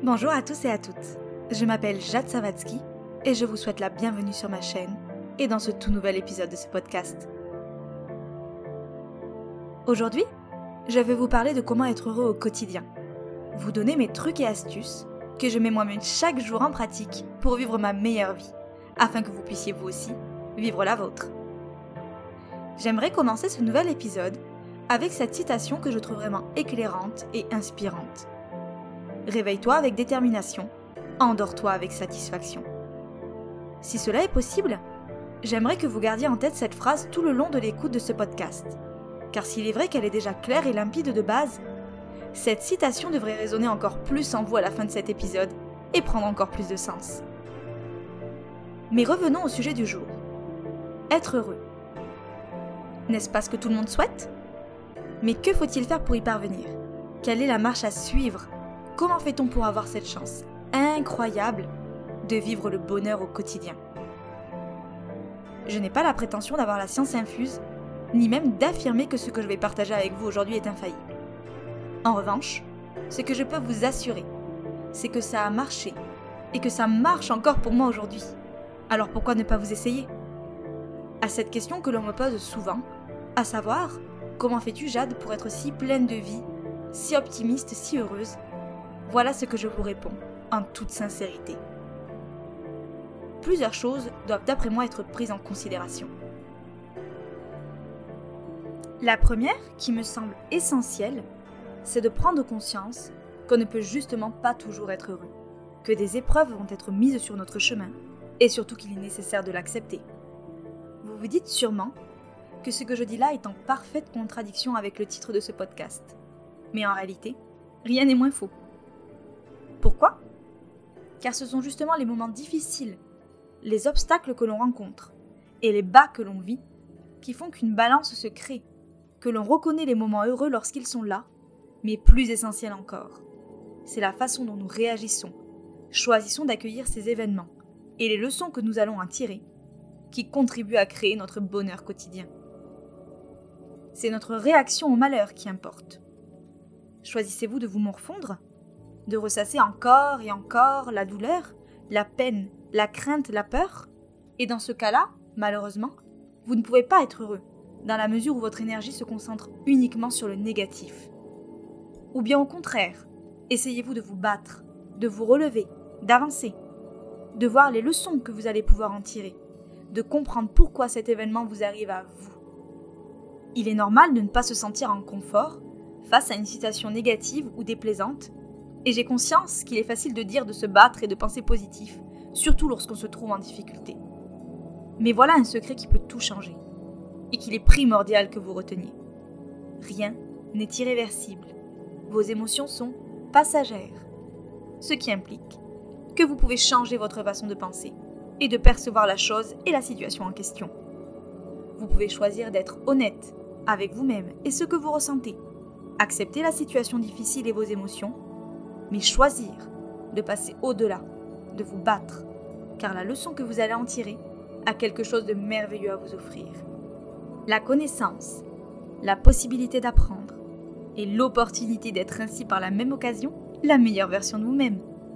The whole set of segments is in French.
Bonjour à tous et à toutes, je m'appelle Jade Savatsky et je vous souhaite la bienvenue sur ma chaîne et dans ce tout nouvel épisode de ce podcast. Aujourd'hui, je vais vous parler de comment être heureux au quotidien, vous donner mes trucs et astuces que je mets moi-même chaque jour en pratique pour vivre ma meilleure vie, afin que vous puissiez vous aussi vivre la vôtre. J'aimerais commencer ce nouvel épisode avec cette citation que je trouve vraiment éclairante et inspirante. Réveille-toi avec détermination, endors-toi avec satisfaction. Si cela est possible, j'aimerais que vous gardiez en tête cette phrase tout le long de l'écoute de ce podcast. Car s'il est vrai qu'elle est déjà claire et limpide de base, cette citation devrait résonner encore plus en vous à la fin de cet épisode et prendre encore plus de sens. Mais revenons au sujet du jour. Être heureux. N'est-ce pas ce que tout le monde souhaite ? Mais que faut-il faire pour y parvenir ? Quelle est la marche à suivre ? Comment fait-on pour avoir cette chance incroyable de vivre le bonheur au quotidien ? Je n'ai pas la prétention d'avoir la science infuse, ni même d'affirmer que ce que je vais partager avec vous aujourd'hui est infaillible. En revanche, ce que je peux vous assurer, c'est que ça a marché, et que ça marche encore pour moi aujourd'hui. Alors pourquoi ne pas vous essayer ? À cette question que l'on me pose souvent, à savoir, comment fais-tu Jade pour être si pleine de vie, si optimiste, si heureuse ? Voilà ce que je vous réponds, en toute sincérité. Plusieurs choses doivent d'après moi être prises en considération. La première, qui me semble essentielle, c'est de prendre conscience qu'on ne peut justement pas toujours être heureux, que des épreuves vont être mises sur notre chemin, et surtout qu'il est nécessaire de l'accepter. Vous vous dites sûrement que ce que je dis là est en parfaite contradiction avec le titre de ce podcast. Mais en réalité, rien n'est moins faux. Pourquoi ? Car ce sont justement les moments difficiles, les obstacles que l'on rencontre et les bas que l'on vit qui font qu'une balance se crée, que l'on reconnaît les moments heureux lorsqu'ils sont là, mais plus essentiel encore, c'est la façon dont nous réagissons, choisissons d'accueillir ces événements et les leçons que nous allons en tirer qui contribuent à créer notre bonheur quotidien. C'est notre réaction au malheur qui importe. Choisissez-vous de vous morfondre ? De ressasser encore et encore la douleur, la peine, la crainte, la peur ? Et dans ce cas-là, malheureusement, vous ne pouvez pas être heureux, dans la mesure où votre énergie se concentre uniquement sur le négatif. Ou bien au contraire, essayez-vous de vous battre, de vous relever, d'avancer, de voir les leçons que vous allez pouvoir en tirer, de comprendre pourquoi cet événement vous arrive à vous. Il est normal de ne pas se sentir en confort face à une situation négative ou déplaisante, et j'ai conscience qu'il est facile de dire de se battre et de penser positif, surtout lorsqu'on se trouve en difficulté. Mais voilà un secret qui peut tout changer, et qu'il est primordial que vous reteniez. Rien n'est irréversible. Vos émotions sont passagères, ce qui implique que vous pouvez changer votre façon de penser et de percevoir la chose et la situation en question. Vous pouvez choisir d'être honnête avec vous-même et ce que vous ressentez, accepter la situation difficile et vos émotions, mais choisir de passer au-delà, de vous battre, car la leçon que vous allez en tirer a quelque chose de merveilleux à vous offrir. La connaissance, la possibilité d'apprendre et l'opportunité d'être ainsi par la même occasion la meilleure version de vous-même.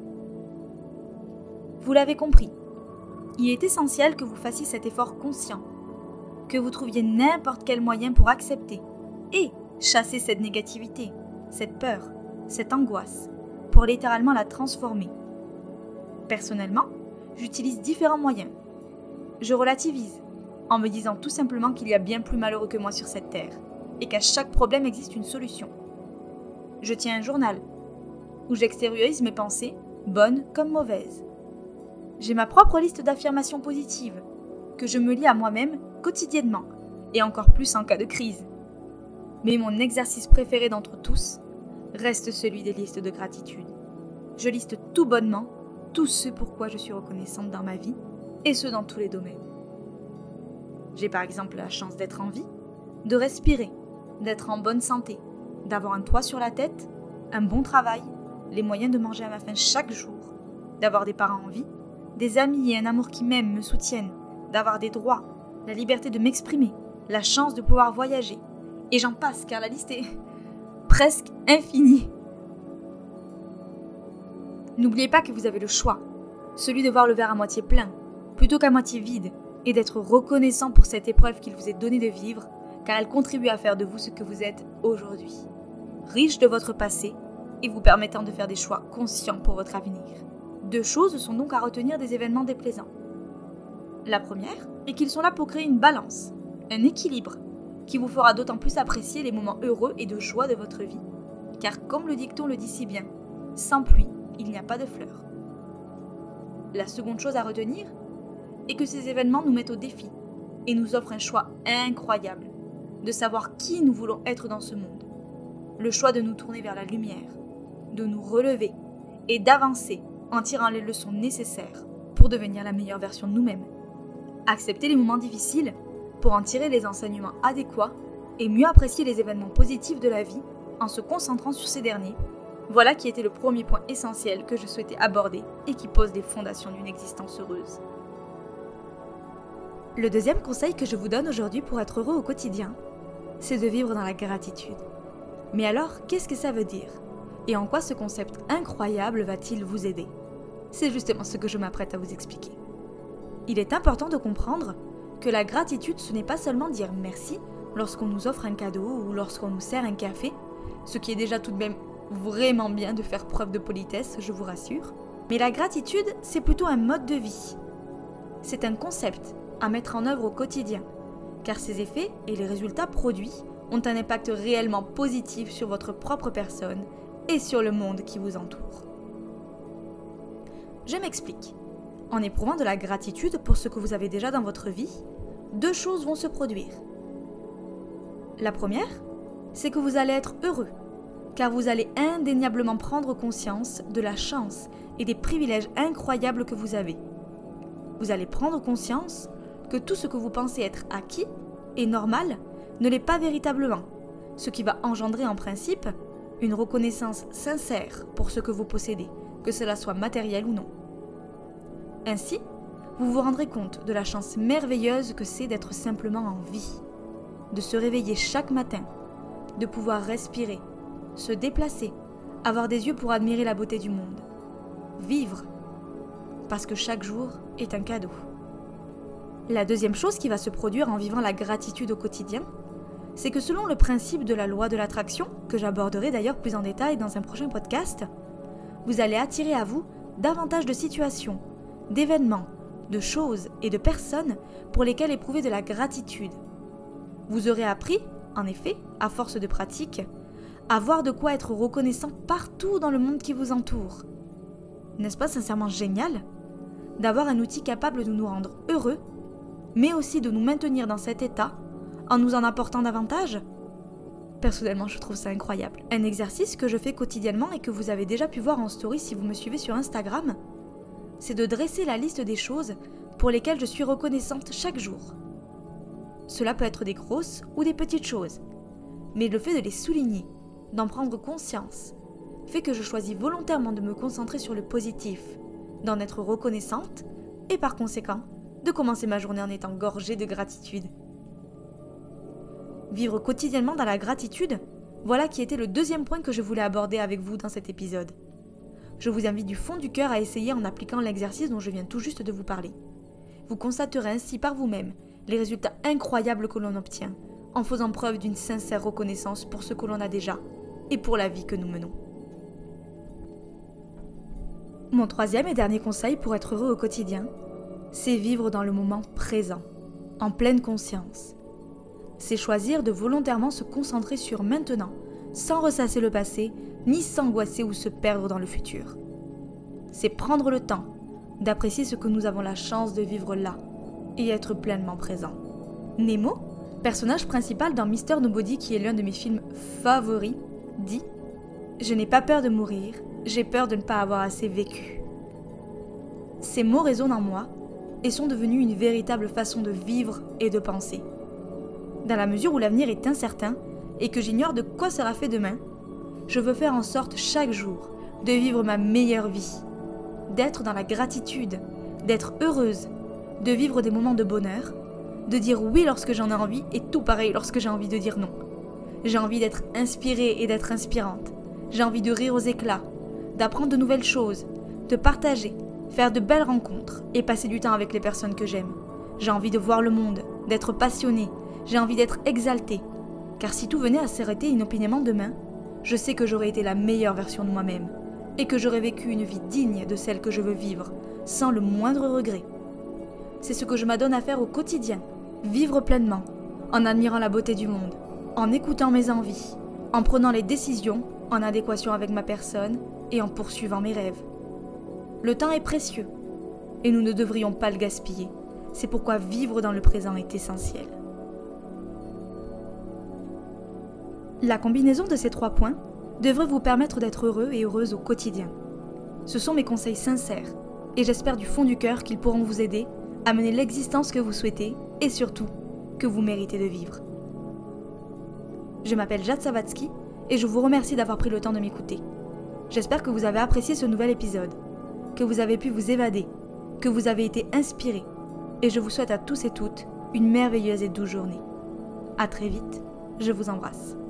Vous l'avez compris, il est essentiel que vous fassiez cet effort conscient, que vous trouviez n'importe quel moyen pour accepter et chasser cette négativité, cette peur, cette angoisse, pour littéralement la transformer. Personnellement, j'utilise différents moyens. Je relativise, en me disant tout simplement qu'il y a bien plus malheureux que moi sur cette terre, et qu'à chaque problème existe une solution. Je tiens un journal, où j'extériorise mes pensées, bonnes comme mauvaises. J'ai ma propre liste d'affirmations positives, que je me lis à moi-même quotidiennement, et encore plus en cas de crise. Mais mon exercice préféré d'entre tous reste celui des listes de gratitude. Je liste tout bonnement tout ce pourquoi je suis reconnaissante dans ma vie, et ce dans tous les domaines. J'ai par exemple la chance d'être en vie, de respirer, d'être en bonne santé, d'avoir un toit sur la tête, un bon travail, les moyens de manger à ma faim chaque jour, d'avoir des parents en vie, des amis et un amour qui m'aiment, me soutiennent, d'avoir des droits, la liberté de m'exprimer, la chance de pouvoir voyager, et j'en passe car la liste est presque infinie. N'oubliez pas que vous avez le choix, celui de voir le verre à moitié plein, plutôt qu'à moitié vide, et d'être reconnaissant pour cette épreuve qu'il vous est donné de vivre, car elle contribue à faire de vous ce que vous êtes aujourd'hui, riche de votre passé et vous permettant de faire des choix conscients pour votre avenir. 2 choses sont donc à retenir des événements déplaisants. La première est qu'ils sont là pour créer une balance, un équilibre, qui vous fera d'autant plus apprécier les moments heureux et de joie de votre vie. Car comme le dicton le dit si bien, sans pluie, il n'y a pas de fleurs. La seconde chose à retenir est que ces événements nous mettent au défi et nous offrent un choix incroyable de savoir qui nous voulons être dans ce monde. Le choix de nous tourner vers la lumière, de nous relever et d'avancer en tirant les leçons nécessaires pour devenir la meilleure version de nous-mêmes. Accepter les moments difficiles pour en tirer les enseignements adéquats et mieux apprécier les événements positifs de la vie en se concentrant sur ces derniers. Voilà qui était le premier point essentiel que je souhaitais aborder et qui pose les fondations d'une existence heureuse. Le deuxième conseil que je vous donne aujourd'hui pour être heureux au quotidien, c'est de vivre dans la gratitude. Mais alors, qu'est-ce que ça veut dire ? Et en quoi ce concept incroyable va-t-il vous aider ? C'est justement ce que je m'apprête à vous expliquer. Il est important de comprendre que la gratitude, ce n'est pas seulement dire merci lorsqu'on nous offre un cadeau ou lorsqu'on nous sert un café, ce qui est déjà tout de même vraiment bien de faire preuve de politesse, je vous rassure. Mais la gratitude, c'est plutôt un mode de vie. C'est un concept à mettre en œuvre au quotidien, car ses effets et les résultats produits ont un impact réellement positif sur votre propre personne et sur le monde qui vous entoure. Je m'explique. En éprouvant de la gratitude pour ce que vous avez déjà dans votre vie, 2 choses vont se produire. La première, c'est que vous allez être heureux, car vous allez indéniablement prendre conscience de la chance et des privilèges incroyables que vous avez. Vous allez prendre conscience que tout ce que vous pensez être acquis et normal ne l'est pas véritablement, ce qui va engendrer en principe une reconnaissance sincère pour ce que vous possédez, que cela soit matériel ou non. Ainsi, vous vous rendrez compte de la chance merveilleuse que c'est d'être simplement en vie, de se réveiller chaque matin, de pouvoir respirer, se déplacer, avoir des yeux pour admirer la beauté du monde, vivre, parce que chaque jour est un cadeau. La deuxième chose qui va se produire en vivant la gratitude au quotidien, c'est que selon le principe de la loi de l'attraction, que j'aborderai d'ailleurs plus en détail dans un prochain podcast, vous allez attirer à vous davantage de situations, d'événements, de choses et de personnes pour lesquelles éprouver de la gratitude. Vous aurez appris, en effet, à force de pratique, à voir de quoi être reconnaissant partout dans le monde qui vous entoure. N'est-ce pas sincèrement génial d'avoir un outil capable de nous rendre heureux, mais aussi de nous maintenir dans cet état en nous en apportant davantage ? Personnellement, je trouve ça incroyable. Un exercice que je fais quotidiennement et que vous avez déjà pu voir en story si vous me suivez sur Instagram, c'est de dresser la liste des choses pour lesquelles je suis reconnaissante chaque jour. Cela peut être des grosses ou des petites choses, mais le fait de les souligner, d'en prendre conscience, fait que je choisis volontairement de me concentrer sur le positif, d'en être reconnaissante et par conséquent, de commencer ma journée en étant gorgée de gratitude. Vivre quotidiennement dans la gratitude, voilà qui était le deuxième point que je voulais aborder avec vous dans cet épisode. Je vous invite du fond du cœur à essayer en appliquant l'exercice dont je viens tout juste de vous parler. Vous constaterez ainsi par vous-même les résultats incroyables que l'on obtient en faisant preuve d'une sincère reconnaissance pour ce que l'on a déjà et pour la vie que nous menons. Mon troisième et dernier conseil pour être heureux au quotidien, c'est vivre dans le moment présent, en pleine conscience. C'est choisir de volontairement se concentrer sur maintenant, sans ressasser le passé, ni s'angoisser ou se perdre dans le futur. C'est prendre le temps d'apprécier ce que nous avons la chance de vivre là et être pleinement présent. Nemo, personnage principal dans Mr. Nobody qui est l'un de mes films favoris, dit « Je n'ai pas peur de mourir, j'ai peur de ne pas avoir assez vécu. » Ces mots résonnent en moi et sont devenus une véritable façon de vivre et de penser. Dans la mesure où l'avenir est incertain et que j'ignore de quoi sera fait demain, je veux faire en sorte chaque jour de vivre ma meilleure vie, d'être dans la gratitude, d'être heureuse, de vivre des moments de bonheur, de dire oui lorsque j'en ai envie et tout pareil lorsque j'ai envie de dire non. J'ai envie d'être inspirée et d'être inspirante. J'ai envie de rire aux éclats, d'apprendre de nouvelles choses, te partager, faire de belles rencontres et passer du temps avec les personnes que j'aime. J'ai envie de voir le monde, d'être passionnée, j'ai envie d'être exaltée. Car si tout venait à s'arrêter inopinément demain, je sais que j'aurais été la meilleure version de moi-même et que j'aurais vécu une vie digne de celle que je veux vivre, sans le moindre regret. C'est ce que je m'adonne à faire au quotidien, vivre pleinement, en admirant la beauté du monde, en écoutant mes envies, en prenant les décisions en adéquation avec ma personne et en poursuivant mes rêves. Le temps est précieux et nous ne devrions pas le gaspiller. C'est pourquoi vivre dans le présent est essentiel. La combinaison de ces 3 points devrait vous permettre d'être heureux et heureuse au quotidien. Ce sont mes conseils sincères et j'espère du fond du cœur qu'ils pourront vous aider à mener l'existence que vous souhaitez et surtout que vous méritez de vivre. Je m'appelle Jade Savatsky et je vous remercie d'avoir pris le temps de m'écouter. J'espère que vous avez apprécié ce nouvel épisode, que vous avez pu vous évader, que vous avez été inspiré et je vous souhaite à tous et toutes une merveilleuse et douce journée. À très vite, je vous embrasse.